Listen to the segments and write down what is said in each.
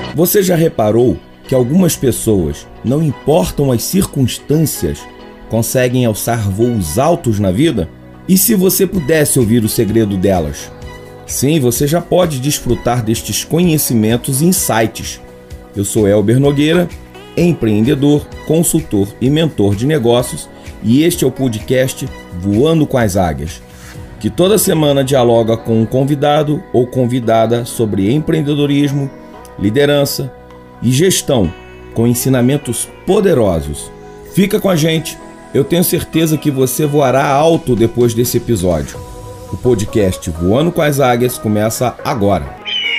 Você já reparou que algumas pessoas, não importam as circunstâncias, conseguem alçar voos altos na vida? E se você pudesse ouvir o segredo delas? Sim, você já pode desfrutar destes conhecimentos e insights. Eu sou Elber Nogueira, empreendedor, consultor e mentor de negócios, e este é o podcast Voando com as Águias, que toda semana dialoga com um convidado ou convidada sobre empreendedorismo, liderança e gestão, com ensinamentos poderosos. Fica com a gente, eu tenho certeza que você voará alto depois desse episódio. O podcast Voando com as Águias começa agora.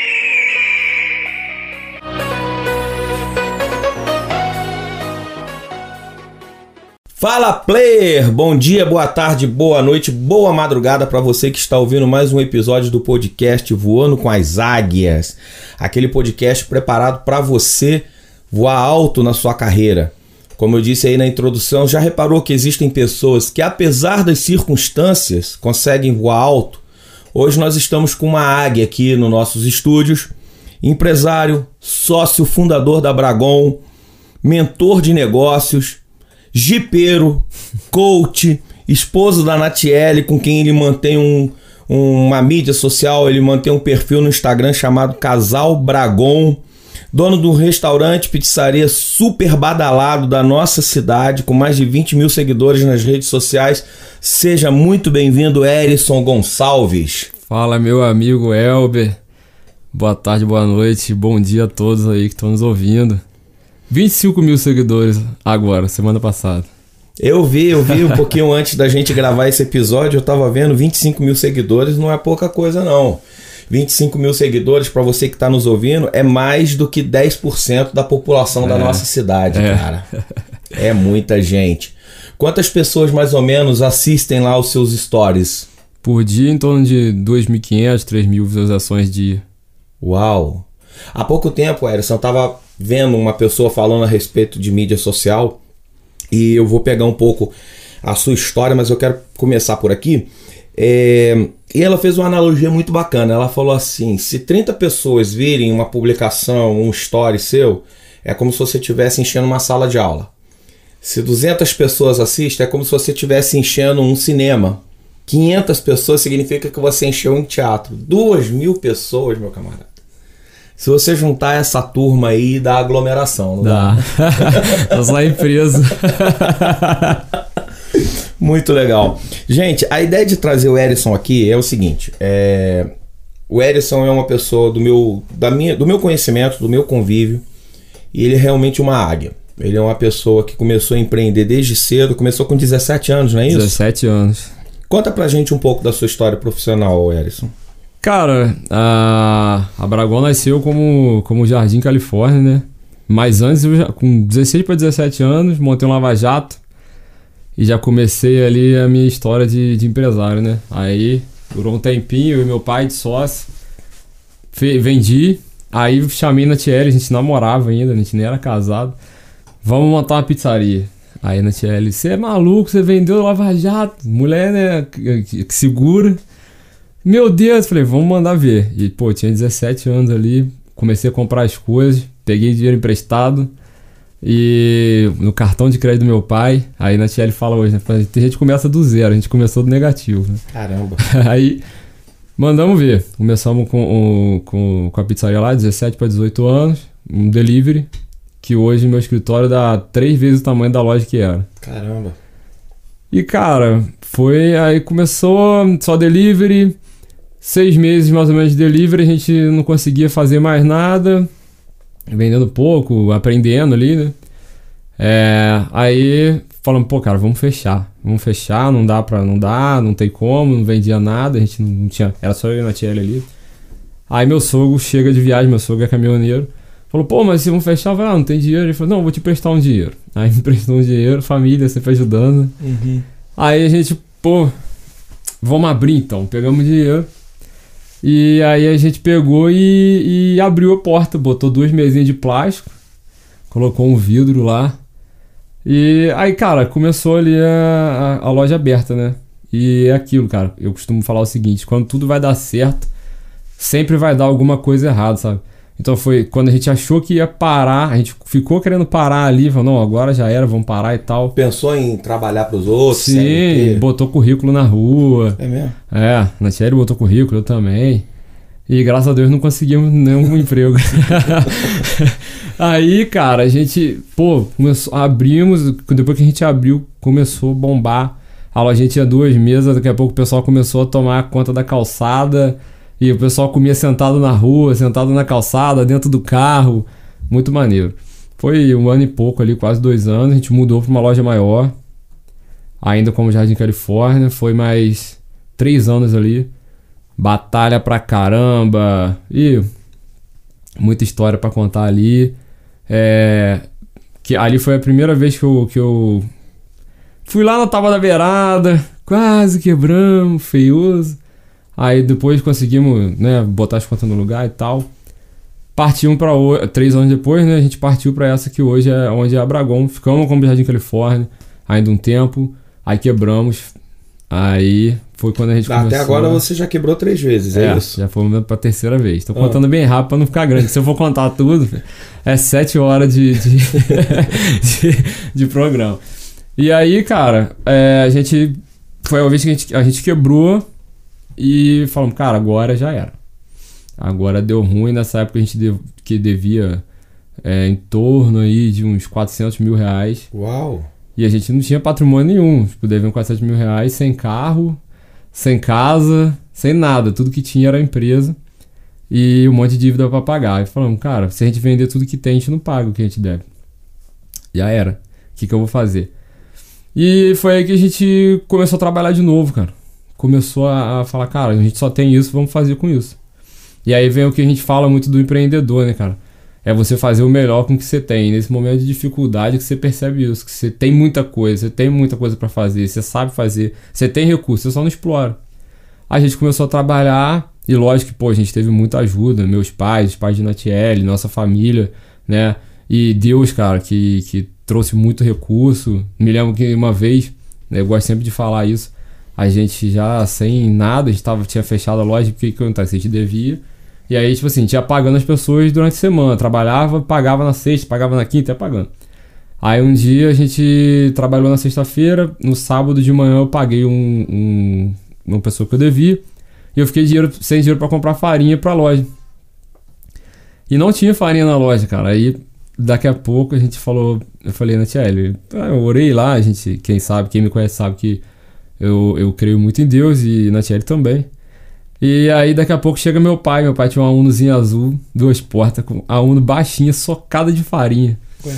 Fala, player! Bom dia, boa tarde, boa noite, boa madrugada para você que está ouvindo mais um episódio do podcast Voando com as Águias. Aquele podcast preparado para você voar alto na sua carreira. Como eu disse aí na introdução, já reparou que existem pessoas que, apesar das circunstâncias, conseguem voar alto? Hoje nós estamos com uma águia aqui nos nossos estúdios, empresário, sócio fundador da Bragon, mentor de negócios, jipeiro, coach, esposo da Natiele, com quem ele mantém uma mídia social, ele mantém um perfil no Instagram chamado Casal Bragon, dono de um restaurante, pizzaria super badalado da nossa cidade, com mais de 20 mil seguidores nas redes sociais. Seja muito bem-vindo, Erisson Gonçalves. Fala, meu amigo Elber. Boa tarde, boa noite, bom dia a todos aí que estão nos ouvindo. 25 mil seguidores agora, semana passada. Eu vi um pouquinho antes da gente gravar esse episódio, eu tava vendo 25 mil seguidores, não é pouca coisa não. 25 mil seguidores, para você que está nos ouvindo, é mais do que 10% da população da nossa cidade, cara. É muita gente. Quantas pessoas mais ou menos assistem lá os seus stories? Por dia, em torno de 2.500, 3.000 visualizações dia. Uau! Há pouco tempo, Erisson, eu tava vendo uma pessoa falando a respeito de mídia social e eu vou pegar um pouco a sua história, mas eu quero começar por aqui. E ela fez uma analogia muito bacana. Ela falou assim: se 30 pessoas virem uma publicação, um story seu, é como se você estivesse enchendo uma sala de aula. Se 200 pessoas assistem, é como se você estivesse enchendo um cinema. 500 pessoas significa que você encheu um teatro. 2.000 pessoas, meu camarada. Se você juntar essa turma aí, dá aglomeração, não dá? Dá sair preso. Muito legal. Gente, a ideia de trazer o Erisson aqui é o seguinte. O Erisson é uma pessoa do meu conhecimento, do meu convívio, e ele é realmente uma águia. Ele é uma pessoa que começou a empreender desde cedo, começou com 17 anos, não é isso? 17 anos. Conta pra gente um pouco da sua história profissional, Erisson. Cara, a Bragon nasceu como Jardim Califórnia, né? Mas antes, com 16 para 17 anos, montei um lava-jato e já comecei ali a minha história de empresário, né? Aí, durou um tempinho, eu e meu pai de sócio, vendi, aí chamei na Natiele, a gente namorava ainda, a gente nem era casado, vamos montar uma pizzaria. Aí na Natiele, você é maluco, você vendeu lava-jato, mulher, né, que segura. Meu Deus, falei, vamos mandar ver. E, pô, tinha 17 anos ali, comecei a comprar as coisas, peguei dinheiro emprestado e no cartão de crédito do meu pai. Aí na Natiele fala hoje, né? A gente começa do zero, a gente começou do negativo, né? Caramba. Aí mandamos ver. Começamos com a pizzaria lá, 17 para 18 anos, um delivery, que hoje meu escritório dá 3 vezes o tamanho da loja que era. Caramba. E, cara, aí começou só delivery. 6 meses mais ou menos de delivery, a gente não conseguia fazer mais nada, vendendo pouco, aprendendo ali, né? Aí falamos, pô, cara, vamos fechar, não dá, não tem como, não vendia nada, a gente não tinha, era só eu e a Natiele ali. Aí meu sogro chega de viagem, meu sogro é caminhoneiro, falou, pô, mas se vamos fechar, vai lá, não tem dinheiro. Ele falou, não, vou te prestar um dinheiro. Aí me prestou um dinheiro, família sempre ajudando. Uhum. Aí a gente, pô, vamos abrir então, pegamos dinheiro. E aí a gente pegou e abriu a porta, botou 2 mesinhas de plástico, colocou um vidro lá. E aí, cara, começou ali a loja aberta, né? E é aquilo, cara, eu costumo falar o seguinte, quando tudo vai dar certo, sempre vai dar alguma coisa errada, sabe? Então foi quando a gente achou que ia parar, a gente ficou querendo parar ali, falou, não, agora já era, vamos parar e tal. Pensou em trabalhar pros outros? Sim, CLT? botou currículo na rua. É mesmo? Na Thierry botou currículo, eu também. E graças a Deus não conseguimos nenhum emprego. Aí, cara, a gente, abrimos, depois que a gente abriu, começou a bombar. A lojinha tinha 2 mesas, daqui a pouco o pessoal começou a tomar conta da calçada. E o pessoal comia sentado na rua, sentado na calçada, dentro do carro. Muito maneiro. Foi 1 ano e pouco ali, quase 2 anos. A gente mudou para uma loja maior, ainda como Jardim Califórnia. Foi mais 3 anos ali. Batalha pra caramba. E muita história pra contar ali. Que ali foi a primeira vez que eu fui lá na tábua da beirada. Quase quebramos, feioso. Aí depois conseguimos, né, botar as contas no lugar e tal. Partimos pra 3 anos depois, né? A gente partiu pra essa que hoje é onde é a Bragon. Ficamos como Jardim Califórnia ainda um tempo. Aí quebramos. Aí foi quando a gente começou. Até agora você já quebrou 3 vezes, é isso? Já fomos pra 3ª vez. Tô contando bem rápido pra não ficar grande. Se eu for contar tudo, é 7 horas de programa. E aí, cara, foi a vez que a gente quebrou e falamos, cara, agora já era. Agora deu ruim. Nessa época a gente devia em torno aí de uns 400 mil reais. Uau! E a gente não tinha patrimônio nenhum. Tipo, devia 400 mil reais, sem carro, sem casa, sem nada. Tudo que tinha era a empresa e um monte de dívida pra pagar. E falamos, cara, se a gente vender tudo que tem, a gente não paga o que a gente deve. Já era. O que eu vou fazer? E foi aí que a gente começou a trabalhar de novo, cara. Começou a falar, cara, a gente só tem isso, vamos fazer com isso. E aí vem o que a gente fala muito do empreendedor, né, cara? É você fazer o melhor com o que você tem. Nesse momento de dificuldade que você percebe isso. Que você tem muita coisa pra fazer. Você sabe fazer. Você tem recursos, você só não explora. A gente começou a trabalhar. E lógico que, a gente teve muita ajuda. Meus pais, os pais de Natiele, nossa família, né? E Deus, cara, que trouxe muito recurso. Me lembro que uma vez, né, eu gosto sempre de falar isso. A gente já sem nada, a gente tinha fechado a loja. Porque que acontece? A gente devia. E aí, tipo assim, a gente ia pagando as pessoas durante a semana. Trabalhava, pagava na sexta, pagava na quinta, ia pagando. Aí um dia a gente trabalhou na sexta-feira. No sábado de manhã eu paguei uma pessoa que eu devia. E eu fiquei sem dinheiro pra comprar farinha pra loja. E não tinha farinha na loja, cara. Aí daqui a pouco a gente falou... Eu falei na Thierry, eu orei lá. A gente, quem me conhece sabe que eu creio muito em Deus. E na Thierry também. E aí daqui a pouco chega meu pai tinha uma Unozinha azul, 2 portas, com a Uno baixinha, socada de farinha. Ué.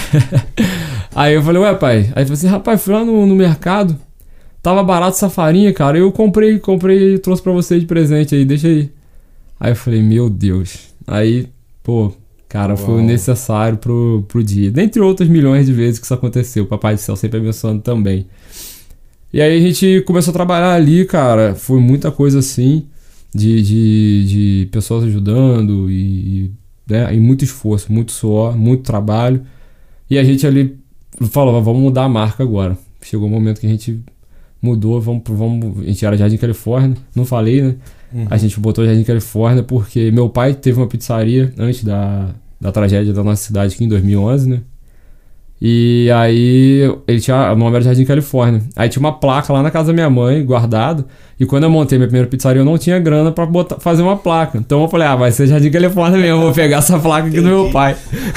Aí eu falei, pai. Aí ele falou assim, rapaz, fui lá no mercado, tava barato essa farinha, cara, eu comprei e trouxe pra você de presente aí, deixa aí. Aí eu falei, meu Deus. Aí, cara, foi necessário pro dia. Dentre outras milhões de vezes que isso aconteceu, o Papai do Céu sempre abençoando também. E aí a gente começou a trabalhar ali, cara. Foi muita coisa assim, de pessoas ajudando e muito esforço, muito suor, muito trabalho. E a gente ali falou, vamos mudar a marca agora. Chegou o momento que a gente mudou, a gente era Jardim Califórnia, não falei, né? Uhum. A gente botou Jardim Califórnia porque meu pai teve uma pizzaria antes da tragédia da nossa cidade aqui em 2011, né? E aí o nome era Jardim Califórnia. Aí tinha uma placa lá na casa da minha mãe, guardado. E quando eu montei minha primeira pizzaria, eu não tinha grana pra fazer uma placa. Então eu falei, vai ser Jardim Califórnia mesmo, vou pegar essa placa aqui do meu pai.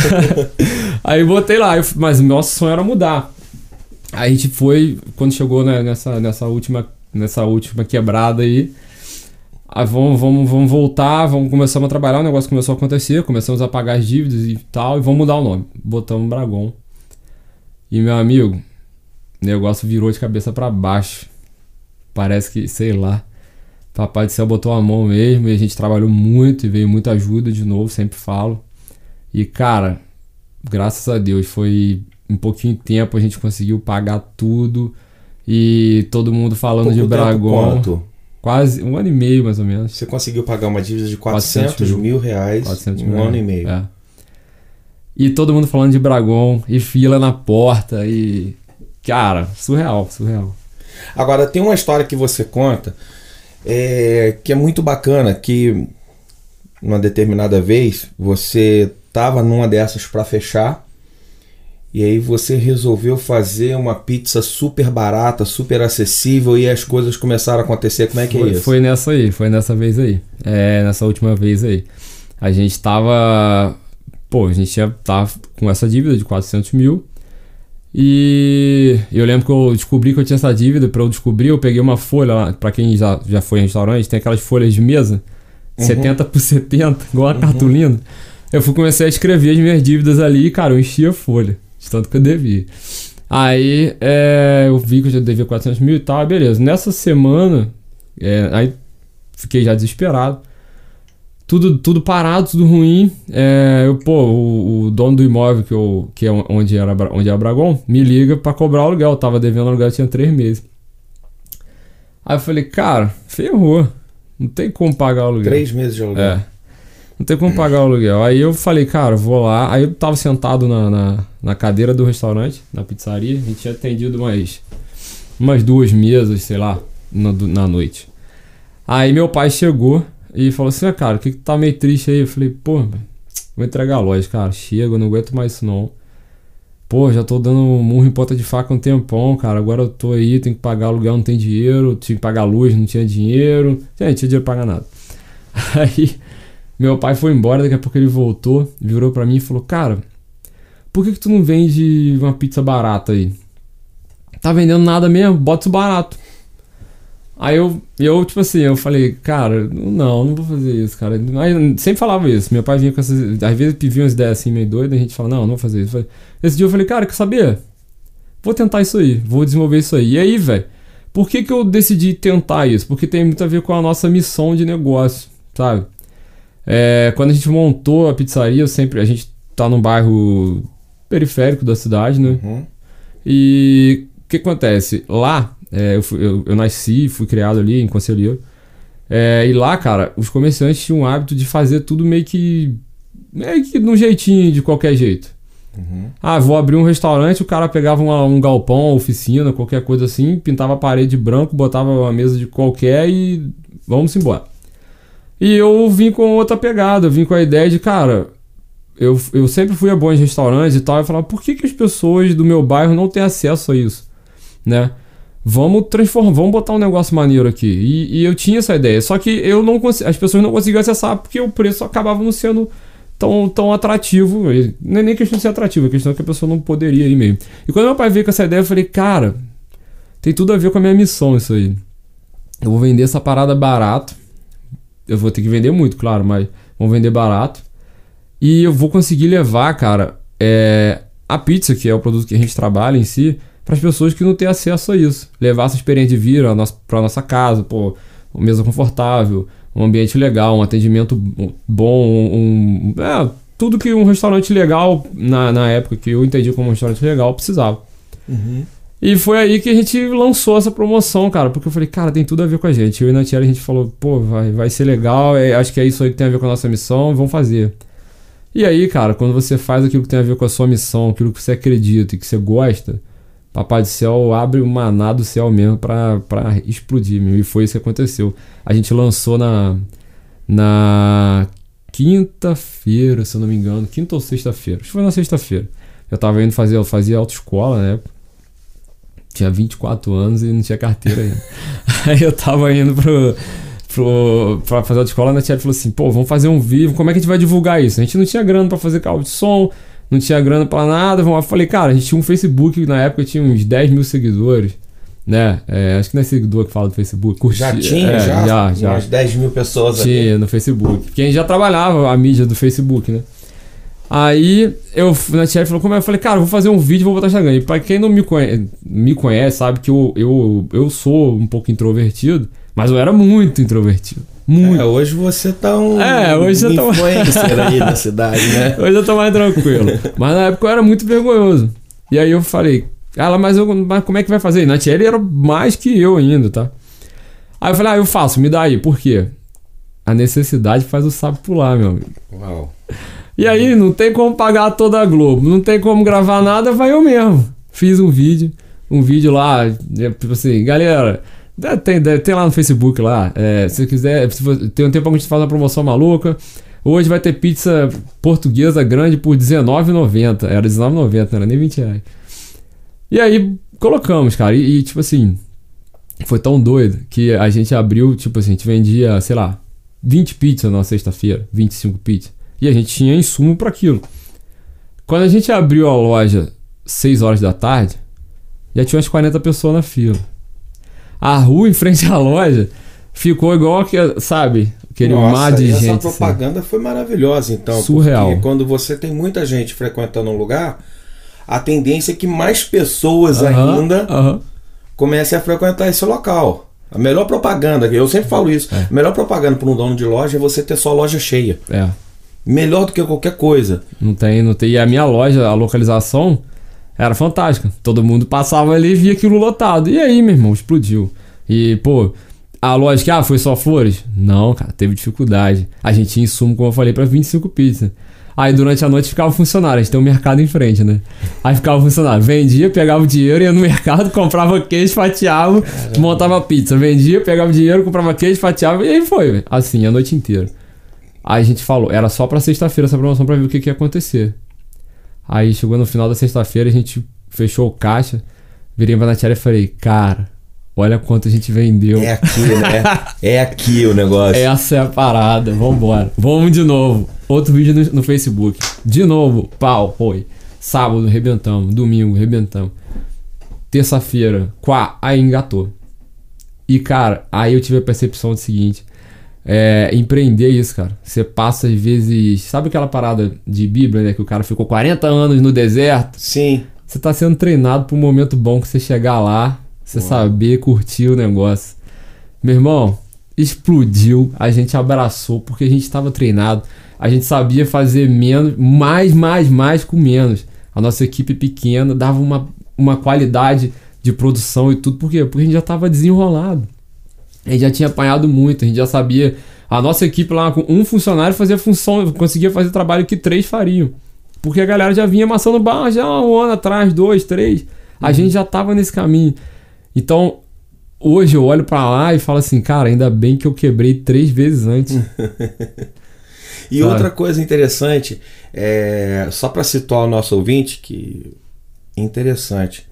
Aí botei lá, mas o nosso sonho era mudar. Aí a gente foi, quando chegou, né, nessa última quebrada aí, vamos voltar, começamos a trabalhar, o negócio começou a acontecer, começamos a pagar as dívidas e tal, e vamos mudar o nome. Botamos Bragon. E meu amigo, o negócio virou de cabeça pra baixo. Parece que, sei lá, Papai do Céu botou a mão mesmo e a gente trabalhou muito e veio muita ajuda de novo, sempre falo. E cara, graças a Deus, foi em pouquinho tempo a gente conseguiu pagar tudo e todo mundo falando de Bragon. Quanto? Quase 1 ano e meio, mais ou menos. Você conseguiu pagar uma dívida de 400 mil reais em 1 ano e meio. É. E todo mundo falando de Bragon, e fila na porta, e... Cara, surreal. Agora, tem uma história que você conta, que é muito bacana, que numa determinada vez, você tava numa dessas para fechar, e aí você resolveu fazer uma pizza super barata, super acessível, e as coisas começaram a acontecer. Como é que é isso? Foi nessa vez aí. Nessa última vez aí. A gente tava tava com essa dívida de 400 mil. E eu lembro que eu descobri que eu tinha essa dívida. Pra eu descobrir, eu peguei uma folha lá. Pra quem já foi em restaurante, tem aquelas folhas de mesa, 70 por 70, igual a cartolina. Eu comecei a escrever as minhas dívidas ali e, cara, eu enchi a folha, de tanto que eu devia. Aí eu vi que eu já devia 400 mil e tal, beleza. Nessa semana, aí fiquei já desesperado. Tudo parado, tudo ruim. O dono do imóvel, que é onde é a Bragon, me liga pra cobrar o aluguel. Eu tava devendo aluguel, tinha 3 meses. Aí eu falei, cara, ferrou. Não tem como pagar o aluguel. 3 meses de aluguel. Não tem como pagar o aluguel. Aí eu falei, cara, vou lá. Aí eu tava sentado na cadeira do restaurante, na pizzaria. A gente tinha atendido umas 2 mesas, sei lá, na noite. Aí meu pai chegou e falou assim, cara, o que tá meio triste aí? Eu falei, pô, vou entregar a loja, cara. Chega, eu não aguento mais isso não. Pô, já tô dando murro em ponta de faca um tempão, cara. Agora eu tô aí, tenho que pagar aluguel, não tem dinheiro. Tinha que pagar luz, não tinha dinheiro. Não tinha dinheiro pra pagar nada. Aí meu pai foi embora, daqui a pouco ele voltou, virou pra mim e falou, cara, por que tu não vende uma pizza barata aí? Tá vendendo nada mesmo? Bota isso barato. Aí eu tipo assim, eu falei, cara, não vou fazer isso, cara. Aí, sempre falava isso, meu pai vinha com essas, às vezes vinha umas ideias assim meio doidas, a gente fala, não vou fazer isso. Esse dia eu falei, cara, quer saber? Vou tentar isso aí, vou desenvolver isso aí. E aí, velho, por que eu decidi tentar isso? Porque tem muito a ver com a nossa missão de negócio, sabe? Quando a gente montou a pizzaria, a gente tá num bairro periférico da cidade, né? E o que acontece? Lá, eu nasci, fui criado ali em Conselheiro. E lá, cara, os comerciantes tinham o hábito de fazer tudo meio que num jeitinho, de qualquer jeito. Vou abrir um restaurante, o cara pegava um galpão, uma oficina, qualquer coisa assim, pintava a parede de branco, botava uma mesa de qualquer e vamos embora. E eu vim com outra pegada, eu vim com a ideia de, cara, eu sempre fui a bons restaurantes e tal, eu falava, por que as pessoas do meu bairro não têm acesso a isso, né? Vamos botar um negócio maneiro aqui. E eu tinha essa ideia, só que as pessoas não conseguiam acessar porque o preço acabava não sendo tão atrativo. Não é nem questão de ser atrativo, é questão que a pessoa não poderia ir mesmo. E quando meu pai veio com essa ideia, eu falei, cara, tem tudo a ver com a minha missão isso aí. Eu vou vender essa parada barato. Eu vou ter que vender muito, claro, mas vamos vender barato. E eu vou conseguir levar, cara, a pizza, que é o produto que a gente trabalha em si, para as pessoas que não têm acesso a isso. Levar essa experiência de vir para nossa casa, pô, uma mesa confortável, um ambiente legal, um atendimento bom, tudo que um restaurante legal, na época que eu entendi como um restaurante legal, precisava. E foi aí que a gente lançou essa promoção, cara, porque eu falei, cara, tem tudo a ver com a gente. Eu e a Natiele, a gente falou, pô, vai ser legal, acho que é isso aí que tem a ver com a nossa missão, vamos fazer. E aí, cara, quando você faz aquilo que tem a ver com a sua missão, aquilo que você acredita e que você gosta, Papai do Céu abre o maná do céu mesmo pra explodir, meu. E foi isso que aconteceu. A gente lançou na quinta-feira, se eu não me engano, quinta ou sexta-feira. Acho que foi na sexta-feira. Eu fazia autoescola na época. Tinha 24 anos e não tinha carteira ainda. Aí eu tava indo pra fazer autoescola, a Natiele falou assim, pô, vamos fazer um vídeo, como é que a gente vai divulgar isso? A gente não tinha grana pra fazer carro de som, não tinha grana pra nada. Eu falei, cara, a gente tinha um Facebook, na época tinha uns 10 mil seguidores, né? Acho que não é seguidor que fala do Facebook. Já tinha, já? Umas 10 mil pessoas ali. Tinha, no Facebook. Porque a gente já trabalhava a mídia do Facebook, né? Aí, na Thierry falou, como é? Eu falei, cara, eu vou fazer um vídeo e vou botar no Instagram. E pra quem não me conhece, sabe que eu sou um pouco introvertido, mas eu era muito introvertido. Muito. Hoje você tá hoje eu tô influencer aí da cidade, né? Hoje eu tô mais tranquilo. Mas na época eu era muito vergonhoso. E aí eu falei, mas como é que vai fazer? E na Thierry era mais que eu ainda, tá? Aí eu falei, eu faço, me dá aí. Por quê? A necessidade faz o sábio pular, meu amigo. Uau. E aí, não tem como pagar toda a Globo, não tem como gravar nada, vai eu mesmo. Fiz um vídeo lá, tipo assim, galera, tem lá no Facebook lá, se quiser, tem um tempo que a gente faz uma promoção maluca, Hoje vai ter pizza portuguesa grande por R$19,90. Era R$19,90, não era nem R$20. E aí colocamos, cara. E tipo assim, foi tão doido que a gente abriu, tipo assim, a gente vendia, sei lá, 20 pizzas na sexta-feira, 25 pizzas. E a gente tinha insumo para aquilo. Quando a gente abriu a loja 6 horas da tarde, já tinha umas 40 pessoas na fila. A rua em frente à loja ficou igual, sabe, aquele mar de gente. Essa propaganda foi maravilhosa, então. Surreal. Porque quando você tem muita gente frequentando um lugar, a tendência é que mais pessoas ainda comecem a frequentar esse local. A melhor propaganda, eu sempre falo isso, a melhor propaganda para um dono de loja é você ter sua loja cheia. Melhor do que qualquer coisa. Não tem. E a minha loja, a localização, era fantástica. Todo mundo passava ali e via aquilo lotado. E aí, meu irmão, explodiu. E, pô, a loja que, foi só flores? Não, cara, teve dificuldade. A gente tinha insumo, como eu falei, para 25 pizzas. Aí durante a noite ficava funcionário, a gente tem um mercado em frente, né? Aí ficava funcionário, vendia, pegava o dinheiro, ia no mercado, comprava queijo, fatiava, montava pizza. Vendia, pegava o dinheiro, comprava queijo, fatiava, e aí foi, véio. Assim, a noite inteira. Aí a gente falou, era só pra sexta-feira essa promoção pra ver o que ia acontecer. Aí chegou no final da sexta-feira, a gente fechou o caixa, virei pra Natiara e falei, cara, olha quanto a gente vendeu. É aqui, né? É aqui o negócio. Essa é a parada, vambora. Vamos de novo. Outro vídeo no Facebook. De novo, pau, foi. Sábado, rebentamos. Domingo, rebentamos. Terça-feira, aí engatou. E, cara, aí eu tive a percepção do seguinte. Empreender isso, cara. Você passa às vezes... Sabe aquela parada de Bíblia, né? Que o cara ficou 40 anos no deserto? Sim. Você tá sendo treinado pra um momento bom que você chegar lá, você saber curtir o negócio. Meu irmão, explodiu. A gente abraçou porque a gente tava treinado. A gente sabia fazer menos, mais com menos. A nossa equipe pequena dava uma qualidade de produção e tudo. Por quê? Porque a gente já tava desenrolado. A gente já tinha apanhado muito, a gente já sabia. A nossa equipe lá com um funcionário fazia função, conseguia fazer trabalho que 3 fariam. Porque a galera já vinha amassando barra já um ano atrás, 2, 3. A gente já tava nesse caminho. Então, hoje eu olho pra lá e falo assim, cara, ainda bem que eu quebrei 3 vezes antes. E outra coisa interessante, só para situar o nosso ouvinte, que interessante,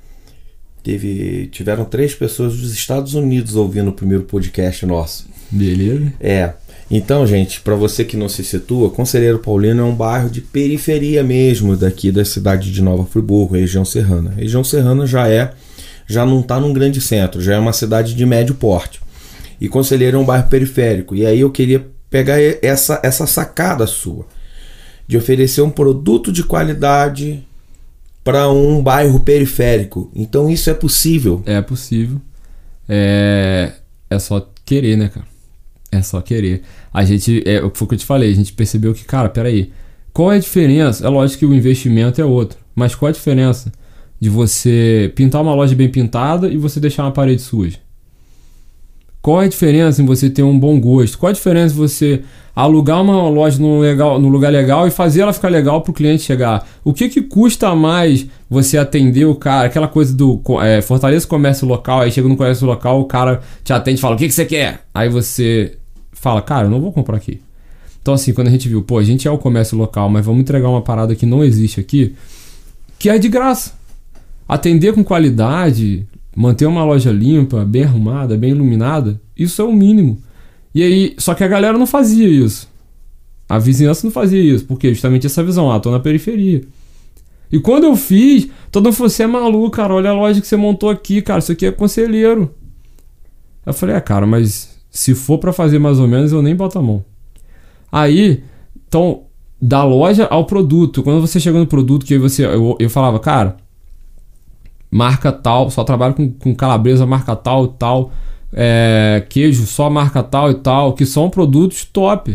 tiveram 3 pessoas dos Estados Unidos ouvindo o primeiro podcast nosso. Beleza. Então, gente, para você que não se situa, Conselheiro Paulino é um bairro de periferia mesmo daqui da cidade de Nova Friburgo, região serrana. A região serrana já não está num grande centro, já é uma cidade de médio porte. E Conselheiro é um bairro periférico. E aí eu queria pegar essa sacada sua, de oferecer um produto de qualidade para um bairro periférico. Então isso é possível. É possível. É só querer, né, cara? É só querer. A gente, foi o que eu te falei, a gente percebeu que, cara, peraí, qual é a diferença? É lógico que o investimento é outro, mas qual é a diferença de você pintar uma loja bem pintada e você deixar uma parede suja? Qual é a diferença em você ter um bom gosto? Qual é a diferença em você alugar uma loja num lugar legal e fazer ela ficar legal para o cliente chegar? O que custa mais você atender o cara? Aquela coisa do fortaleça o comércio local, aí chega no comércio local, o cara te atende e fala, o que você quer? Aí você fala, cara, eu não vou comprar aqui. Então assim, quando a gente viu, a gente é o comércio local, mas vamos entregar uma parada que não existe aqui, que é de graça. Atender com qualidade, manter uma loja limpa, bem arrumada, bem iluminada, isso é o mínimo. E aí, só que a galera não fazia isso. A vizinhança não fazia isso, porque justamente essa visão, tô na periferia. E quando eu fiz, todo mundo falou, você é maluco, cara, olha a loja que você montou aqui, cara, isso aqui é Conselheiro. Eu falei, cara, mas se for pra fazer mais ou menos, eu nem boto a mão. Aí, então, da loja ao produto, quando você chega no produto, que eu falava, cara, marca tal, só trabalho com calabresa, marca tal e tal, queijo, só marca tal e tal, que são produtos top.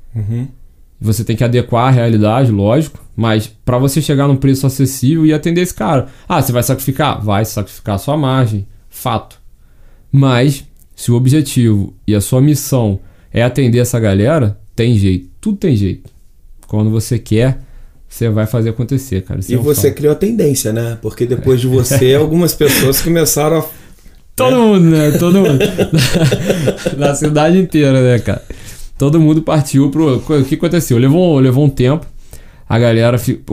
Você tem que adequar a realidade, lógico, mas para você chegar num preço acessível e atender esse cara. Você vai sacrificar? Vai sacrificar a sua margem, fato. Mas se o objetivo e a sua missão é atender essa galera, tem jeito, tudo tem jeito. Quando você quer, você vai fazer acontecer, cara. E você criou a tendência, né? Porque depois de você, algumas pessoas começaram a... Todo mundo, né? Todo mundo. Na cidade inteira, né, cara? todo mundo partiu pro... O que aconteceu? Levou um tempo. A galera,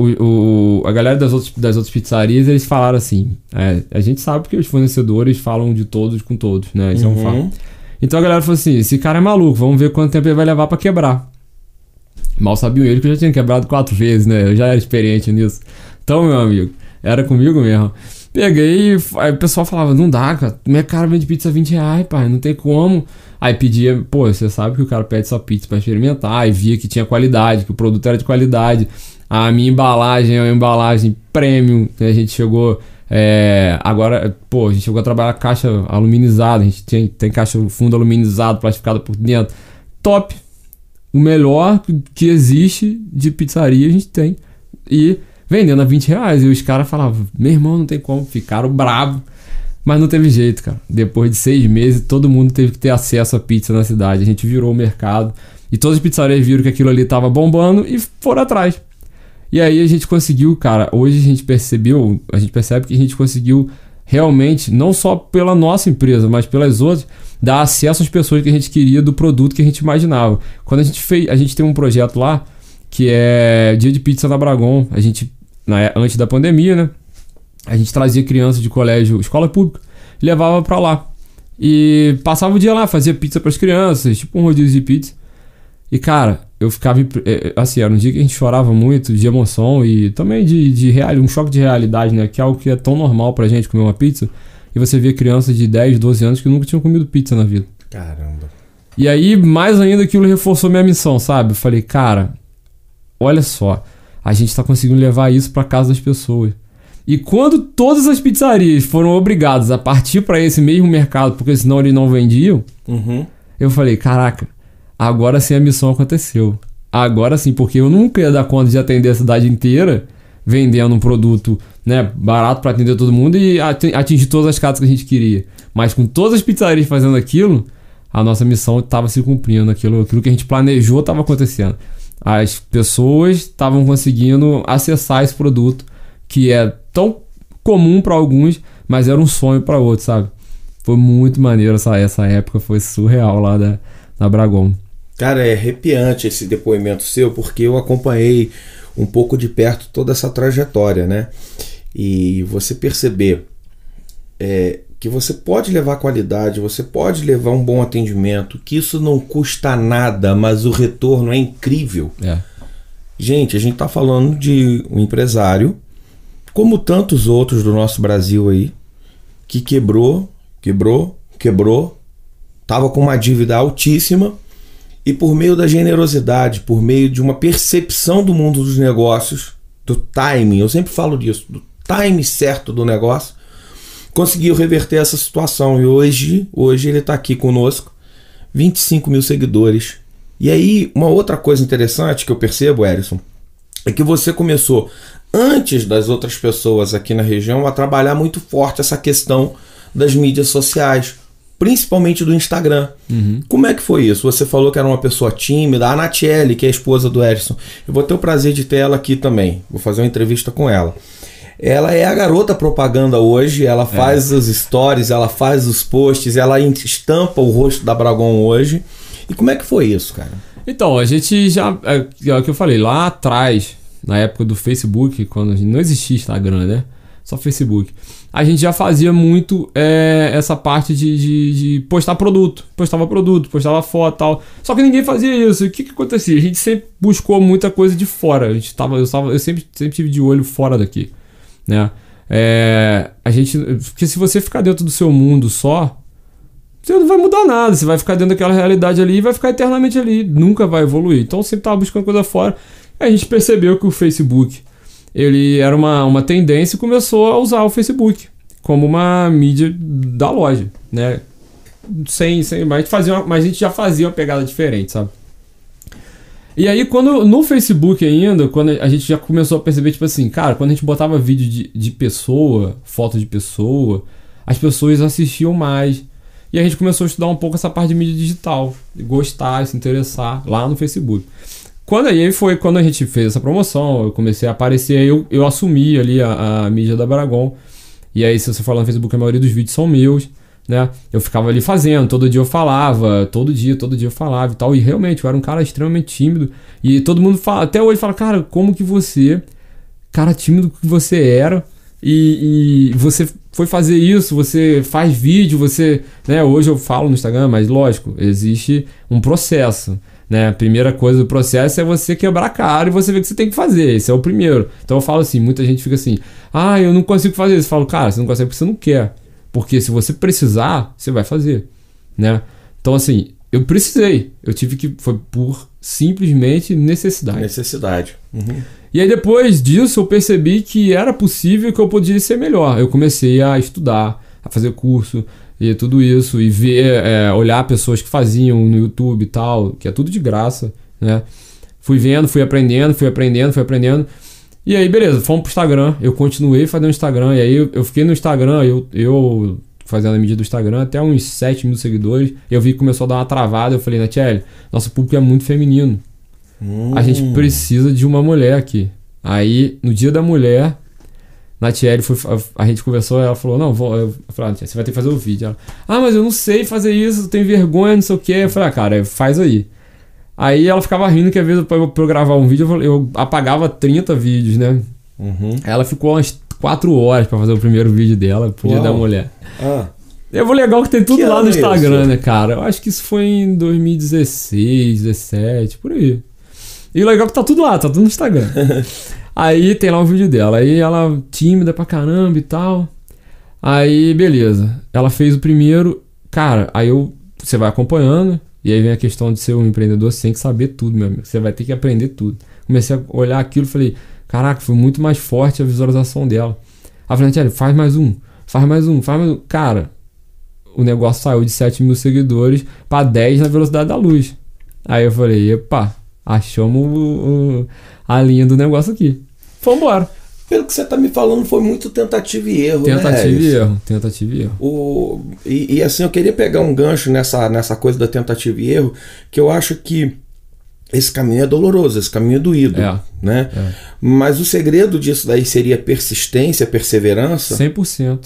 a galera das outras pizzarias, eles falaram assim, a gente sabe porque os fornecedores falam de todos com todos, né? Isso é um fato. Então a galera falou assim, esse cara é maluco, vamos ver quanto tempo ele vai levar pra quebrar. Mal sabiam ele que eu já tinha quebrado 4 vezes, né? Eu já era experiente nisso. Então, meu amigo, era comigo mesmo. Peguei, aí o pessoal falava, não dá, cara, minha cara vende pizza R$20, pai, não tem como. Aí pedia, pô, você sabe que o cara pede sua pizza pra experimentar, e via que tinha qualidade, que o produto era de qualidade. A minha embalagem é uma embalagem premium, a gente chegou, agora, pô, a gente chegou a trabalhar caixa aluminizada, a gente tem caixa fundo aluminizado, plastificada por dentro. Top! O melhor que existe de pizzaria a gente tem. E vendendo a R$20. E os caras falavam, meu irmão, não tem como, ficaram bravos. Mas não teve jeito, cara. Depois de 6 meses, todo mundo teve que ter acesso a pizza na cidade. A gente virou o mercado. E todas as pizzarias viram que aquilo ali tava bombando e foram atrás. E aí a gente conseguiu, cara. Hoje a gente percebe que a gente conseguiu realmente, não só pela nossa empresa, mas pelas outras, dar acesso às pessoas que a gente queria do produto que a gente imaginava. Quando a gente tem um projeto lá, que é Dia de Pizza na Bragon. A gente, antes da pandemia, né? A gente trazia crianças de colégio, escola pública, e levava pra lá. E passava o dia lá, fazia pizza pras crianças, tipo um rodízio de pizza. E, cara, eu ficava... Assim, era um dia que a gente chorava muito de emoção e também um choque de realidade, né? Que é algo que é tão normal pra gente comer uma pizza. E você vê crianças de 10, 12 anos que nunca tinham comido pizza na vida. Caramba. E aí, mais ainda, aquilo reforçou minha missão, sabe? Eu falei, cara, olha só, a gente tá conseguindo levar isso pra casa das pessoas. E quando todas as pizzarias foram obrigadas a partir para esse mesmo mercado, porque senão eles não vendiam, eu falei, caraca, agora sim a missão aconteceu. Agora sim, porque eu nunca ia dar conta de atender a cidade inteira vendendo um produto, né, barato para atender todo mundo e atingir todas as casas que a gente queria. Mas com todas as pizzarias fazendo aquilo, a nossa missão estava se cumprindo, aquilo que a gente planejou estava acontecendo. As pessoas estavam conseguindo acessar esse produto que é tão comum para alguns, mas era um sonho para outros, sabe? Foi muito maneiro essa época, foi surreal lá da Bragon. Cara, é arrepiante esse depoimento seu, porque eu acompanhei um pouco de perto toda essa trajetória, né? E você perceber que você pode levar qualidade, você pode levar um bom atendimento, que isso não custa nada, mas o retorno é incrível. Gente, a gente tá falando de um empresário, como tantos outros do nosso Brasil aí, que quebrou, tava com uma dívida altíssima e por meio da generosidade, por meio de uma percepção do mundo dos negócios, do timing, eu sempre falo disso, do timing certo do negócio, conseguiu reverter essa situação. E hoje ele está aqui conosco, 25 mil seguidores. E aí, uma outra coisa interessante que eu percebo, Erison, é que você começou, antes das outras pessoas aqui na região, a trabalhar muito forte essa questão das mídias sociais, principalmente do Instagram. Como é que foi isso? Você falou que era uma pessoa tímida, a Natiele, que é a esposa do Erison. Eu vou ter o prazer de ter ela aqui também, vou fazer uma entrevista com ela. Ela é a garota propaganda hoje, ela faz os stories, ela faz os posts, ela estampa o rosto da Bragon hoje. E como é que foi isso, cara? Então, a gente já... É o que eu falei, lá atrás, na época do Facebook, quando não existia Instagram, né? Só Facebook. A gente já fazia muito essa parte de postar produto. Postava produto, postava foto e tal. Só que ninguém fazia isso. E o que acontecia? A gente sempre buscou muita coisa de fora. Eu sempre tive de olho fora daqui, né? Porque se você ficar dentro do seu mundo só, você não vai mudar nada. Você vai ficar dentro daquela realidade ali e vai ficar eternamente ali. Nunca vai evoluir. Então sempre estava buscando coisa fora. Aí a gente percebeu que o Facebook, ele era uma tendência e começou a usar o Facebook como uma mídia da loja, né? Mas a gente já fazia uma pegada diferente, sabe? E aí, no Facebook ainda, quando a gente já começou a perceber, tipo assim, cara, quando a gente botava vídeo de pessoa, foto de pessoa, as pessoas assistiam mais. E a gente começou a estudar um pouco essa parte de mídia digital, gostar, se interessar lá no Facebook. Quando a gente fez essa promoção, eu comecei a aparecer, eu assumi ali a mídia da Bragon. E aí, se você falar no Facebook, a maioria dos vídeos são meus, né? Eu ficava ali fazendo, todo dia eu falava, todo dia eu falava e tal. E realmente, eu era um cara extremamente tímido. E todo mundo fala, até hoje fala, cara, como que você, cara tímido que você era, e você foi fazer isso, você faz vídeo, você, né? Hoje eu falo no Instagram, mas lógico, existe um processo, né? A primeira coisa do processo é você quebrar a cara e você ver o que você tem que fazer. Esse é o primeiro. Então eu falo assim, muita gente fica assim, eu não consigo fazer isso. Eu falo, cara, você não consegue porque você não quer. Porque se você precisar, você vai fazer, né? Então assim, eu precisei. Eu tive que... Foi por simplesmente necessidade. Necessidade. Uhum. E aí depois disso eu percebi que era possível, que eu podia ser melhor. Eu comecei a estudar, a fazer curso e tudo isso. E ver, olhar pessoas que faziam no YouTube e tal, que é tudo de graça, né? Fui vendo, fui aprendendo. E aí beleza, fomos pro Instagram. Eu continuei fazendo Instagram. E aí eu fiquei no Instagram, eu fazendo a mídia do Instagram até uns 7 mil seguidores. Eu vi que começou a dar uma travada. Eu falei, Natiele, nosso público é muito feminino. A gente precisa de uma mulher aqui. Aí, no dia da mulher, Natiele a gente conversou, ela falou, não, eu falei, Natiele, você vai ter que fazer o vídeo. Ela, mas eu não sei fazer isso, eu tenho vergonha, não sei o que. Eu falei, cara, faz aí. Aí ela ficava rindo que às vezes pra eu gravar um vídeo, eu apagava 30 vídeos, né? Uhum. Ela ficou umas 4 horas pra fazer o primeiro vídeo dela, pro dia da mulher. É legal que tem tudo lá no Instagram, isso? Né, cara? Eu acho que isso foi em 2016, 17, por aí. E o legal é que tá tudo lá, tá tudo no Instagram. Aí tem lá um vídeo dela. Aí ela tímida pra caramba e tal. Aí, beleza. Ela fez o primeiro. Cara, aí você vai acompanhando. E aí vem a questão de ser um empreendedor. Você tem que saber tudo, meu amigo. Você vai ter que aprender tudo. Comecei a olhar aquilo e falei, caraca, foi muito mais forte a visualização dela. Aí eu falei, Natiele, faz mais um. Cara, o negócio saiu de 7 mil seguidores pra 10 na velocidade da luz. Aí eu falei, epa, achamos a linha do negócio aqui. Vambora. Pelo que você tá me falando, foi muito tentativa e erro, Tentativa e erro. E assim, eu queria pegar um gancho nessa coisa da tentativa e erro, que eu acho que esse caminho é doloroso, esse caminho é doído, né? Mas o segredo disso daí seria persistência, perseverança? 100%.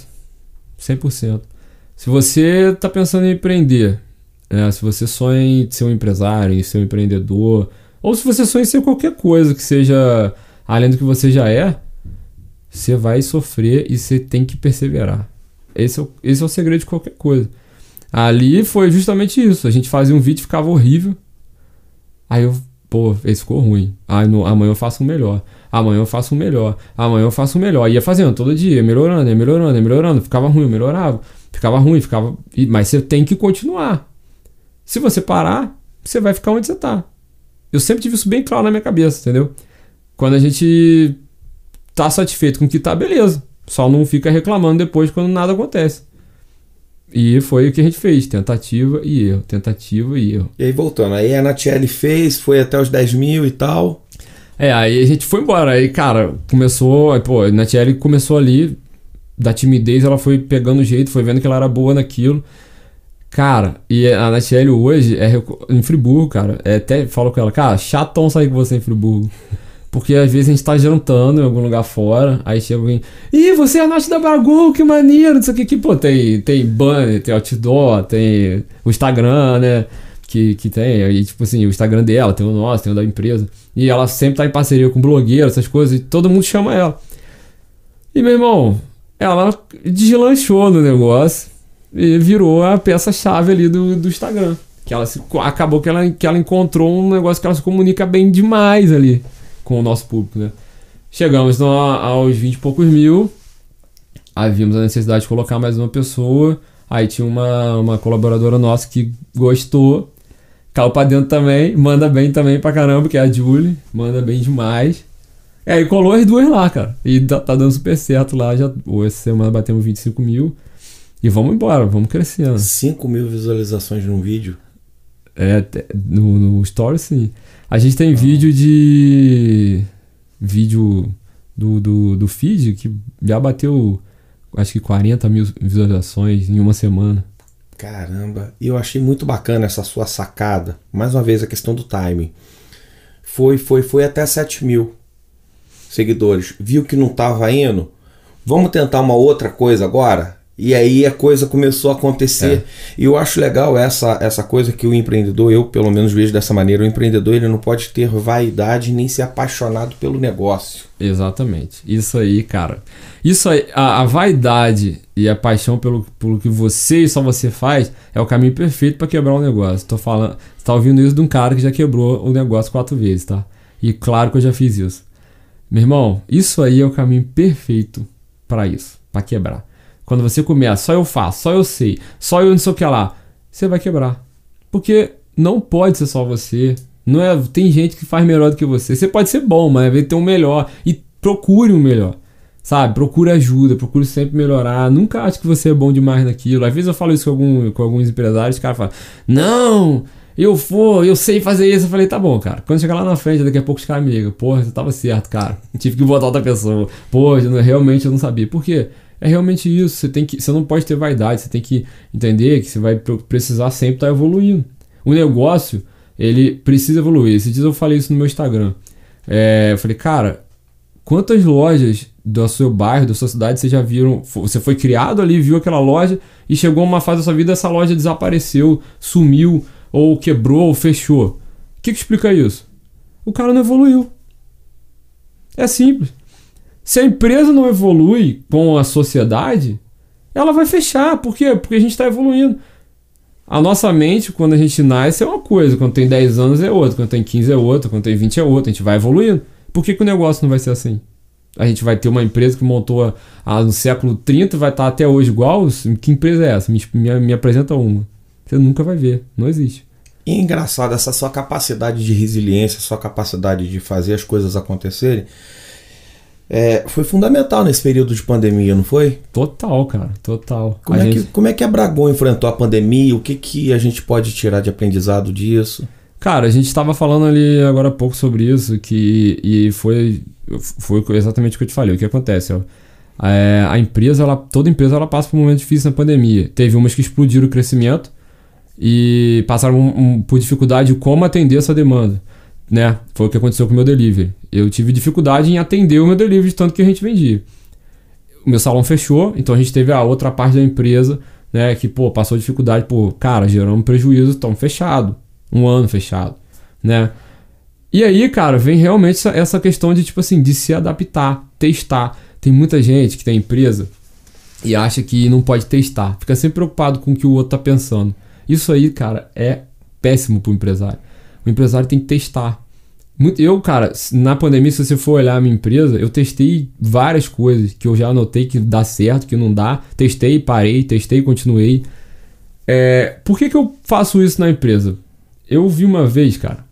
Se você tá pensando em empreender, se você sonha em ser um empresário, em ser um empreendedor, ou se você sonha em ser qualquer coisa que seja além do que você já é, você vai sofrer e você tem que perseverar. Esse é o segredo de qualquer coisa. Ali foi justamente isso. A gente fazia um vídeo e ficava horrível. Aí esse ficou ruim. Amanhã eu faço um melhor. Ia fazendo todo dia, melhorando. Ficava ruim, melhorava. Mas você tem que continuar. Se você parar, você vai ficar onde você tá. Eu sempre tive isso bem claro na minha cabeça, entendeu? Quando a gente tá satisfeito com o que tá, beleza. Só não fica reclamando depois quando nada acontece. E foi o que a gente fez, tentativa e erro. E aí voltando, aí a Natiele foi até os 10 mil e tal. Aí a gente foi embora. Aí, cara, a Natiele começou ali, da timidez, ela foi pegando o jeito, foi vendo que ela era boa naquilo. Cara, e a Natiele hoje é em Friburgo, cara. Até falo com ela, cara, chatão sair com você em Friburgo. Porque às vezes a gente tá jantando em algum lugar fora, aí chega alguém, você é a Nath da Bragol, que maneiro, não sei o que, tem banner, tem outdoor, tem o Instagram, né, que tem, aí tipo assim, o Instagram dela, tem o nosso, tem o da empresa, e ela sempre tá em parceria com blogueiro, essas coisas, e todo mundo chama ela. E meu irmão, ela deslanchou no negócio e virou a peça-chave ali do Instagram, que acabou que ela encontrou um negócio que ela se comunica bem demais ali com o nosso público, né? Chegamos aos 20 e poucos mil. Aí vimos a necessidade de colocar mais uma pessoa. Aí tinha uma colaboradora nossa que gostou, caiu pra dentro também, manda bem também pra caramba, que é a Julie, manda bem demais. E aí colou as duas lá, cara, e tá dando super certo lá. Essa semana batemos 25 mil e vamos embora, vamos crescendo. 5 mil visualizações num vídeo? No Story, sim. A gente tem vídeo do feed que já bateu, acho que 40 mil visualizações em uma semana. Caramba, e eu achei muito bacana essa sua sacada. Mais uma vez a questão do timing. Foi até 7 mil seguidores. Viu que não estava indo? Vamos tentar uma outra coisa agora? E aí a coisa começou a acontecer. E eu acho legal essa coisa que o empreendedor, eu pelo menos vejo dessa maneira, o empreendedor ele não pode ter vaidade nem ser apaixonado pelo negócio. Exatamente. Isso aí, cara. Isso aí, a vaidade e a paixão pelo que você e só você faz é o caminho perfeito para quebrar um negócio. Tô falando, você tá ouvindo isso de um cara que já quebrou o negócio 4 vezes, tá? E claro que eu já fiz isso. Meu irmão, isso aí é o caminho perfeito para isso, para quebrar. Quando você começa, só eu faço, só eu sei, só eu não sei o que lá, você vai quebrar. Porque não pode ser só você. Não é, tem gente que faz melhor do que você. Você pode ser bom, mas vai ter um melhor. E procure um melhor. Sabe? Procure ajuda, procure sempre melhorar. Nunca ache que você é bom demais naquilo. Às vezes eu falo isso com alguns empresários, os caras falam, não, eu sei fazer isso. Eu falei, tá bom, cara. Quando chegar lá na frente, daqui a pouco os caras me ligam, porra, você tava certo, cara. Tive que botar outra pessoa. Pô, realmente eu não sabia. Por quê? É realmente isso. Você não pode ter vaidade. Você tem que entender que você vai precisar sempre estar evoluindo. O negócio, ele precisa evoluir. Esses dias eu falei isso no meu Instagram. Eu falei, cara, quantas lojas do seu bairro, da sua cidade, você já viram? Você foi criado ali, viu aquela loja e chegou a uma fase da sua vida, essa loja desapareceu, sumiu, ou quebrou, ou fechou. O que explica isso? O cara não evoluiu. É simples. Se a empresa não evolui com a sociedade, ela vai fechar. Por quê? Porque a gente está evoluindo. A nossa mente, quando a gente nasce, é uma coisa. Quando tem 10 anos é outra. Quando tem 15 é outra. Quando tem 20 é outra. A gente vai evoluindo. Por que o negócio não vai ser assim? A gente vai ter uma empresa que montou no século 30 vai estar até hoje igual. Que empresa é essa? Me apresenta uma. Você nunca vai ver. Não existe. E é engraçado, essa sua capacidade de resiliência, sua capacidade de fazer as coisas acontecerem, foi fundamental nesse período de pandemia, não foi? Total, cara. Total. Como é que a Bragon enfrentou a pandemia? O que a gente pode tirar de aprendizado disso? Cara, a gente estava falando ali agora há pouco sobre isso, e foi exatamente o que eu te falei. O que acontece? A empresa, toda empresa ela passa por um momento difícil na pandemia. Teve umas que explodiram o crescimento e passaram por dificuldade de como atender essa demanda. Né? Foi o que aconteceu com o meu delivery. Eu tive dificuldade em atender o meu delivery de tanto que a gente vendia. O meu salão fechou, então a gente teve a outra parte da empresa, né, que passou dificuldade, cara, geramos prejuízo, estamos fechados. 1 ano fechado, né? E aí, cara, vem realmente essa questão de, tipo assim, de se adaptar, testar. Tem muita gente que tem empresa e acha que não pode testar. Fica sempre preocupado com o que o outro tá pensando. Isso aí, cara, é péssimo pro empresário. O empresário tem que testar. Eu, cara, na pandemia, se você for olhar a minha empresa, eu testei várias coisas que eu já anotei que dá certo, que não dá. Testei, parei, testei, continuei. Por que eu faço isso na empresa? Eu vi uma vez, cara,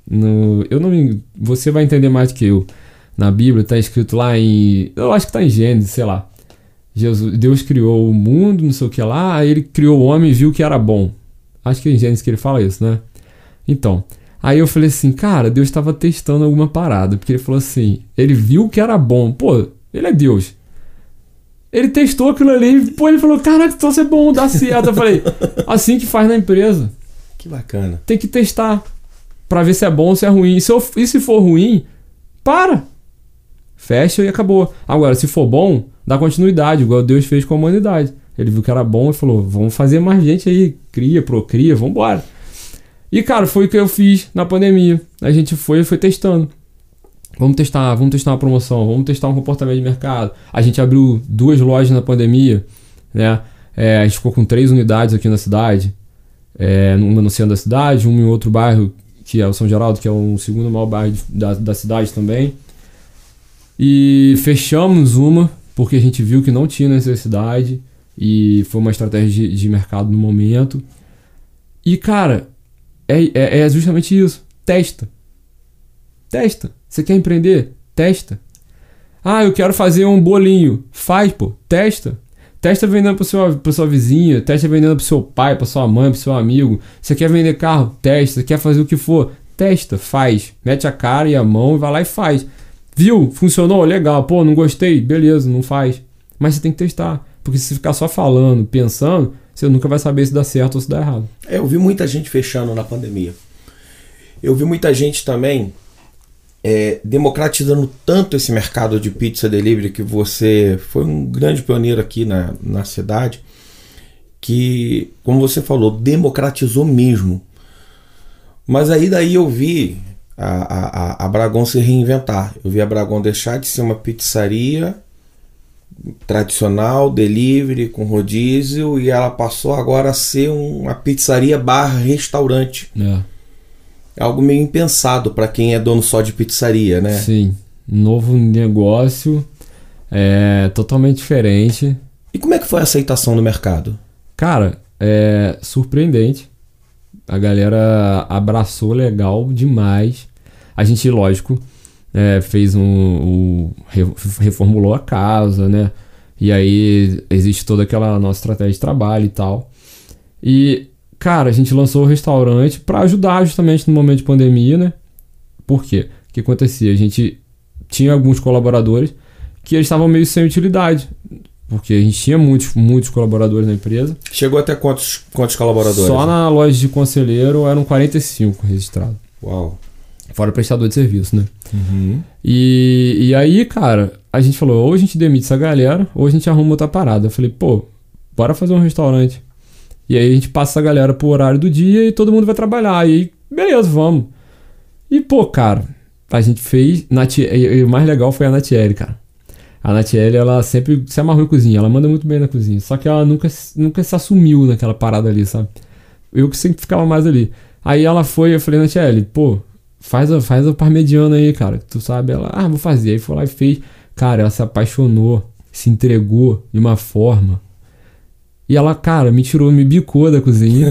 você vai entender mais do que eu. Na Bíblia tá escrito lá eu acho que tá em Gênesis, sei lá. Deus criou o mundo, não sei o que lá, aí ele criou o homem e viu que era bom. Acho que é em Gênesis que ele fala isso, né? Então, aí eu falei assim, cara, Deus estava testando alguma parada, porque ele falou assim, ele viu que era bom. Ele é Deus. Ele testou aquilo ali, ele falou, caraca, então isso é bom, dá certo. Eu falei, assim que faz na empresa. Que bacana. Tem que testar pra ver se é bom ou se é ruim. E se for ruim, para. Fecha e acabou. Agora, se for bom, dá continuidade, igual Deus fez com a humanidade. Ele viu que era bom e falou, vamos fazer mais gente aí. Cria, procria, vambora. E, cara, foi o que eu fiz na pandemia. A gente foi testando. Vamos testar uma promoção, vamos testar um comportamento de mercado. A gente abriu 2 lojas na pandemia, né? A gente ficou com 3 unidades aqui na cidade. Uma no centro da cidade, uma em outro bairro, que é o São Geraldo, que é o segundo maior bairro da cidade também. E fechamos uma, porque a gente viu que não tinha necessidade, e foi uma estratégia de mercado no momento. E, cara, é justamente isso. Testa. Você quer empreender? Testa. Eu quero fazer um bolinho. Faz, testa. Testa vendendo pra sua vizinha, testa vendendo pro seu pai, pra sua mãe, pro seu amigo. Você quer vender carro? Testa. Você quer fazer o que for? Testa, faz. Mete a cara e a mão e vai lá e faz. Viu? Funcionou? Legal. Não gostei? Beleza, não faz. Mas você tem que testar. Porque se você ficar só falando, pensando, você nunca vai saber se dá certo ou se dá errado. Eu vi muita gente fechando na pandemia. Eu vi muita gente também democratizando tanto esse mercado de pizza delivery, que você foi um grande pioneiro aqui na cidade. que, como você falou, democratizou mesmo. Mas aí daí eu vi a Bragon se reinventar. Eu vi a Bragon deixar de ser uma pizzaria tradicional, delivery, com rodízio, e ela passou agora a ser uma pizzaria barra restaurante. Algo meio impensado para quem é dono só de pizzaria, né? Sim, novo negócio, totalmente diferente. E como é que foi a aceitação no mercado? Cara, é surpreendente. A galera abraçou legal demais. A gente, lógico, fez reformulou a casa, né? E aí existe toda aquela nossa estratégia de trabalho e tal. E, cara, a gente lançou o restaurante para ajudar justamente no momento de pandemia, né? Por quê? O que acontecia? A gente tinha alguns colaboradores que eles estavam meio sem utilidade. Porque a gente tinha muitos colaboradores na empresa. Chegou até quantos colaboradores? Só na loja de conselheiro eram 45 registrados. Uau. Fora prestador de serviço, né? Uhum. E aí, cara, a gente falou, ou a gente demite essa galera, ou a gente arruma outra parada. Eu falei, pô, bora fazer um restaurante. E aí a gente passa essa galera pro horário do dia e todo mundo vai trabalhar. E aí, beleza, vamos. E, pô, cara, a gente fez... E o mais legal foi a Natiele, cara. A Natiele, ela sempre se amarrou em cozinha. Ela manda muito bem na cozinha. Só que ela nunca se assumiu naquela parada ali, sabe? Eu que sempre ficava mais ali. Aí ela foi, eu falei, Natiele, pô, faz o parmegiana aí, cara. Tu sabe? Ela, vou fazer. Aí foi lá e fez. Cara, ela se apaixonou, se entregou de uma forma. E ela, cara, me bicou da cozinha.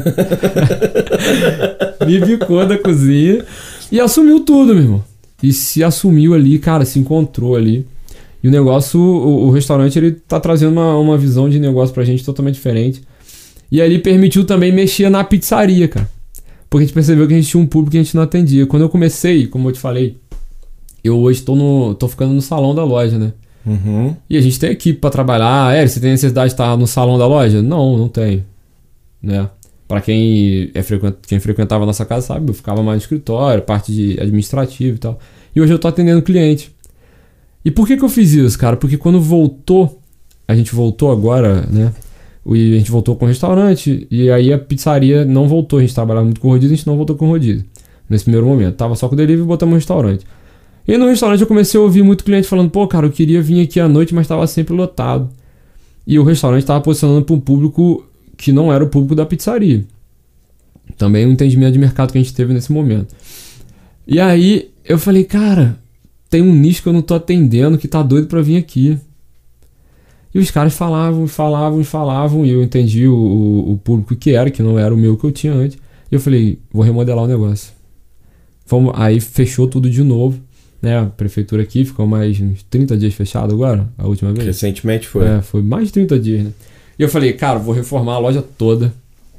Me bicou da cozinha. E assumiu tudo, meu irmão. E se assumiu ali, cara, se encontrou ali. E o negócio, o restaurante, ele tá trazendo uma visão de negócio pra gente totalmente diferente. E aí ele permitiu também mexer na pizzaria, cara. Porque a gente percebeu que a gente tinha um público que a gente não atendia. Quando eu comecei, como eu te falei, eu hoje tô ficando no salão da loja, né? Uhum. E a gente tem equipe pra trabalhar. Você tem necessidade de estar no salão da loja? Não tenho. Né? Pra quem frequentava a nossa casa, sabe? Eu ficava mais no escritório, parte de administrativo e tal. E hoje eu tô atendendo cliente. E por que eu fiz isso, cara? Porque quando a gente voltou agora, né? E a gente voltou com o restaurante, e aí a pizzaria não voltou. A gente trabalhava muito com rodízio, a gente não voltou com rodízio. Nesse primeiro momento. Tava só com o delivery e botamos no restaurante. E no restaurante eu comecei a ouvir muito cliente falando, pô, cara, eu queria vir aqui à noite, mas tava sempre lotado. E o restaurante tava posicionando para um público que não era o público da pizzaria. Também um entendimento de mercado que a gente teve nesse momento. E aí eu falei, cara, tem um nicho que eu não tô atendendo, que tá doido pra vir aqui. E os caras falavam, e eu entendi o público que não era o meu que eu tinha antes. E eu falei, vou remodelar o negócio. Aí fechou tudo de novo, né? A prefeitura aqui ficou mais uns 30 dias fechado agora, a última vez. Recentemente foi. Foi mais de 30 dias, né? E eu falei, cara, vou reformar a loja toda.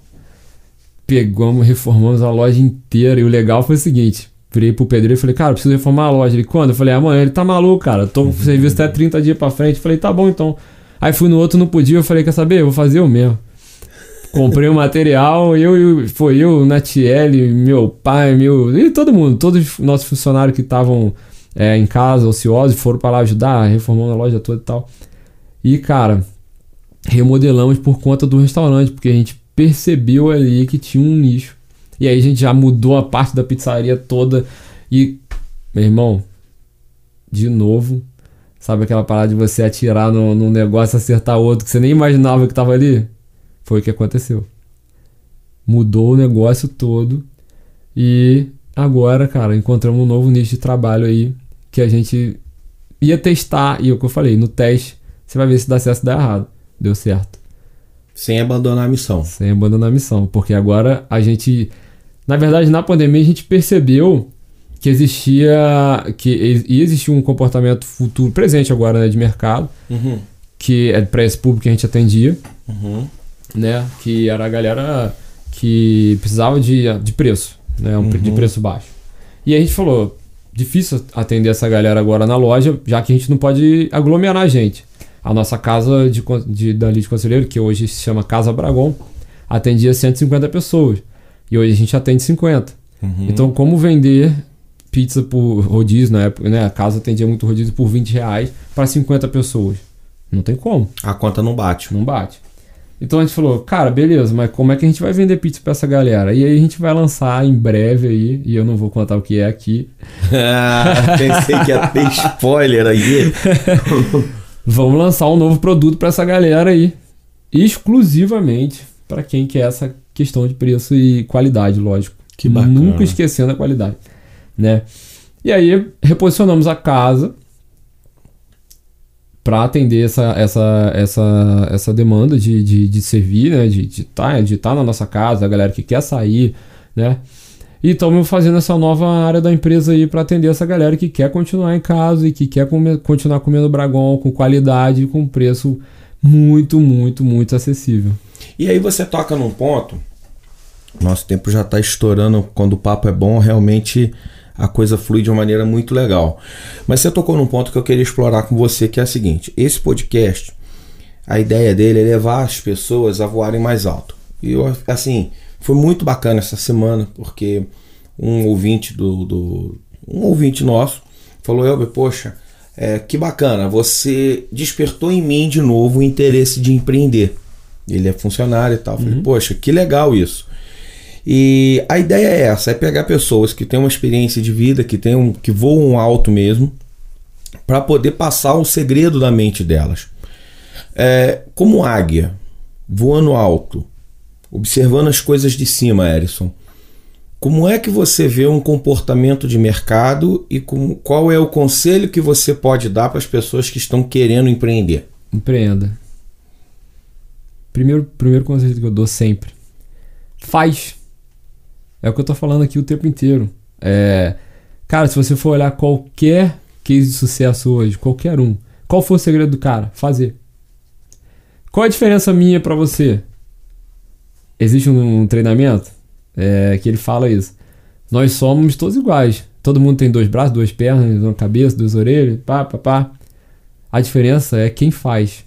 Reformamos a loja inteira. E o legal foi o seguinte, virei pro pedreiro e falei, cara, eu preciso reformar a loja. Ele, quando? Eu falei, amanhã. Ele, tá maluco, cara, tô com serviço até 30 dias pra frente. Eu falei, tá bom então. Aí fui no outro, não podia, eu falei, quer saber? Eu vou fazer eu mesmo. Comprei o material, foi eu, Natiele, meu pai, e todo mundo, todos os nossos funcionários que estavam em casa, ociosos, foram pra lá ajudar, reformando a loja toda e tal. E, cara, remodelamos por conta do restaurante, porque a gente percebeu ali que tinha um nicho. E aí a gente já mudou a parte da pizzaria toda. E, meu irmão, de novo, sabe aquela parada de você atirar num negócio e acertar outro que você nem imaginava que tava ali? Foi o que aconteceu. Mudou o negócio todo. E agora, cara, encontramos um novo nicho de trabalho aí que a gente ia testar. E é o que eu falei, no teste, você vai ver se dá certo ou dá errado. Deu certo. Sem abandonar a missão. Sem abandonar a missão. Porque agora a gente... Na verdade, na pandemia, a gente percebeu que ia existir um comportamento futuro, presente agora, né, de mercado, que é para esse público que a gente atendia, né, que era a galera que precisava de preço, né, de preço baixo. E a gente falou, difícil atender essa galera agora na loja, já que a gente não pode aglomerar a gente. A nossa casa dali de conselheiro, que hoje se chama Casa Bragon, atendia 150 pessoas. E hoje a gente atende 50. Então, como vender pizza por rodízio na época, né? A casa atendia muito rodízio por R$20 para 50 pessoas. Não tem como. A conta não bate. Não bate. Então a gente falou, cara, beleza, mas como é que a gente vai vender pizza pra essa galera? E aí a gente vai lançar em breve aí, e eu não vou contar o que é aqui. Pensei que ia ter spoiler aí. Vamos lançar um novo produto pra essa galera aí, exclusivamente pra quem quer essa questão de preço e qualidade, lógico. Que bacana. Nunca esquecendo a qualidade, né? E aí reposicionamos a casa para atender essa demanda de servir, né? De tá na nossa casa, a galera que quer sair, né? E estamos fazendo essa nova área da empresa aí para atender essa galera que quer continuar em casa e que quer continuar comendo Bragon com qualidade e com preço muito, muito, muito acessível. E aí você toca num ponto, nosso tempo já está estourando, quando o papo é bom, realmente a coisa flui de uma maneira muito legal. Mas você tocou num ponto que eu queria explorar com você, que é o seguinte: esse podcast, a ideia dele é levar as pessoas a voarem mais alto. E eu, assim, foi muito bacana essa semana, porque um ouvinte um ouvinte nosso falou: Elber, poxa, que bacana, você despertou em mim de novo o interesse de empreender. Ele é funcionário e tal. Eu falei, poxa, que legal isso. E a ideia é essa, é pegar pessoas que têm uma experiência de vida, que voam alto mesmo, para poder passar o segredo da mente delas. Como águia, voando alto, observando as coisas de cima, Herisson, como é que você vê um comportamento de mercado e qual é o conselho que você pode dar para as pessoas que estão querendo empreender? Empreenda. Primeiro conselho que eu dou sempre: faz. É o que eu tô falando aqui o tempo inteiro. Cara, se você for olhar qualquer case de sucesso hoje, qualquer um, qual foi o segredo do cara? Fazer. Qual a diferença minha pra você? Existe um treinamento que ele fala isso. Nós somos todos iguais. Todo mundo tem 2 braços, 2 pernas, 1 cabeça, 2 orelhas, pá. A diferença é quem faz.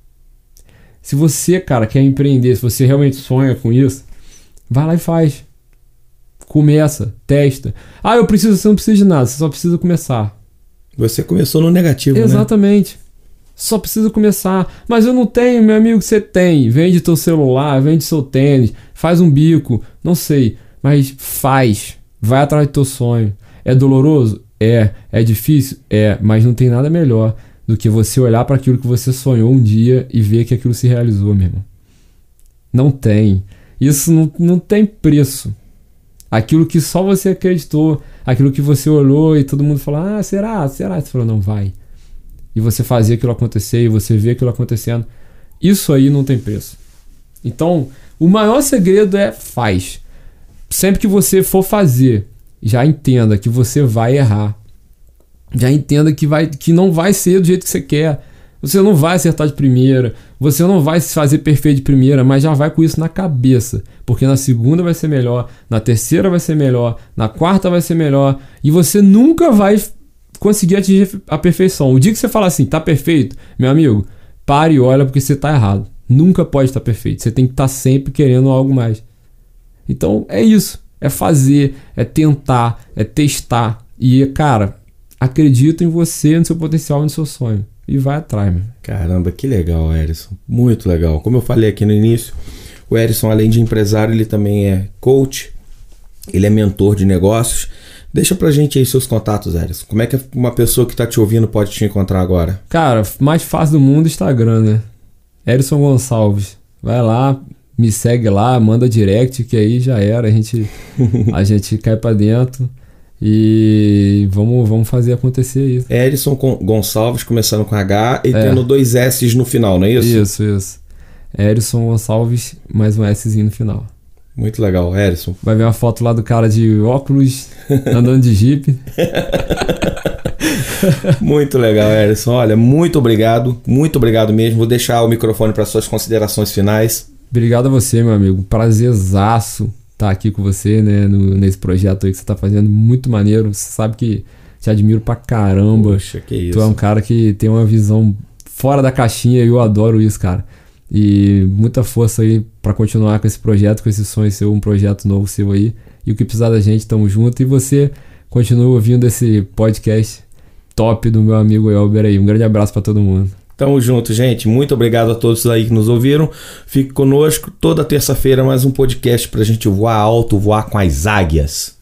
Se você, cara, quer empreender, se você realmente sonha com isso, vai lá e faz. Começa, testa. Você não precisa de nada, você só precisa começar. Você começou no negativo, Exatamente. Né? Só precisa começar. Mas eu não tenho, meu amigo, você tem. Vende teu celular, vende seu tênis, faz um bico, não sei. Mas faz. Vai atrás do teu sonho. É doloroso? É difícil? Mas não tem nada melhor do que você olhar para aquilo que você sonhou um dia e ver que aquilo se realizou, meu irmão. Não tem. Isso não tem preço. Aquilo que só você acreditou, aquilo que você olhou e todo mundo falou, será? Você falou, não, vai. E você fazia aquilo acontecer e você vê aquilo acontecendo. Isso aí não tem preço. Então, o maior segredo é faz. Sempre que você for fazer, já entenda que você vai errar. Já entenda que não vai ser do jeito que você quer. Você não vai acertar de primeira, você não vai se fazer perfeito de primeira, mas já vai com isso na cabeça. Porque na segunda vai ser melhor, na terceira vai ser melhor, na quarta vai ser melhor. E você nunca vai conseguir atingir a perfeição. O dia que você falar assim, tá perfeito, meu amigo, pare e olha porque você tá errado. Nunca pode estar perfeito. Você tem que estar sempre querendo algo mais. Então é isso. É fazer, é tentar, é testar. E, cara, acredita em você, no seu potencial, no seu sonho. E vai atrás, meu. Caramba, que legal, Herisson. Muito legal. Como eu falei aqui no início, o Herisson, além de empresário, ele também é coach. Ele é mentor de negócios. Deixa pra gente aí seus contatos, Herisson. Como é que uma pessoa que tá te ouvindo pode te encontrar agora? Cara, mais fácil do mundo, Instagram, né? Herisson Gonçalves. Vai lá, me segue lá, manda direct, que aí já era. A gente cai pra dentro. E vamos fazer acontecer isso. Herisson Gonçalves, começando com H e tendo 2 S's no final, não é isso? Isso. Herisson Gonçalves, mais um Szinho no final. Muito legal, Herisson. Vai ver uma foto lá do cara de óculos, andando de Jeep. Muito legal, Herisson. Olha, muito obrigado mesmo. Vou deixar o microfone para suas considerações finais. Obrigado a você, meu amigo. Prazerzaço estar aqui com você, né, nesse projeto aí que você tá fazendo, muito maneiro. Você sabe que te admiro pra caramba. Poxa, que isso. Tu é um cara que tem uma visão fora da caixinha e eu adoro isso, cara. E muita força aí pra continuar com esse projeto, com esse sonho seu, um projeto novo seu aí. E o que precisar da gente, tamo junto. E você continua ouvindo esse podcast top do meu amigo Elber aí. Um grande abraço pra todo mundo. Tamo junto, gente. Muito obrigado a todos aí que nos ouviram. Fique conosco toda terça-feira, mais um podcast pra gente voar alto, voar com as águias.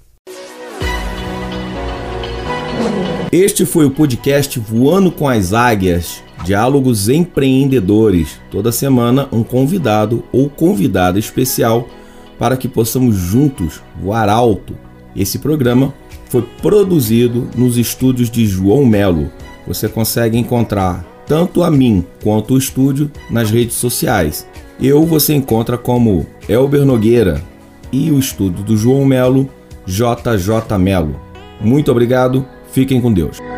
Este foi o podcast Voando com as Águias, Diálogos Empreendedores. Toda semana um convidado ou convidada especial para que possamos juntos voar alto. Esse programa foi produzido nos estúdios de João Melo. Você consegue encontrar tanto a mim quanto o estúdio nas redes sociais. Você encontra como Elber Nogueira e o estúdio do João Melo, JJ Melo. Muito obrigado, fiquem com Deus.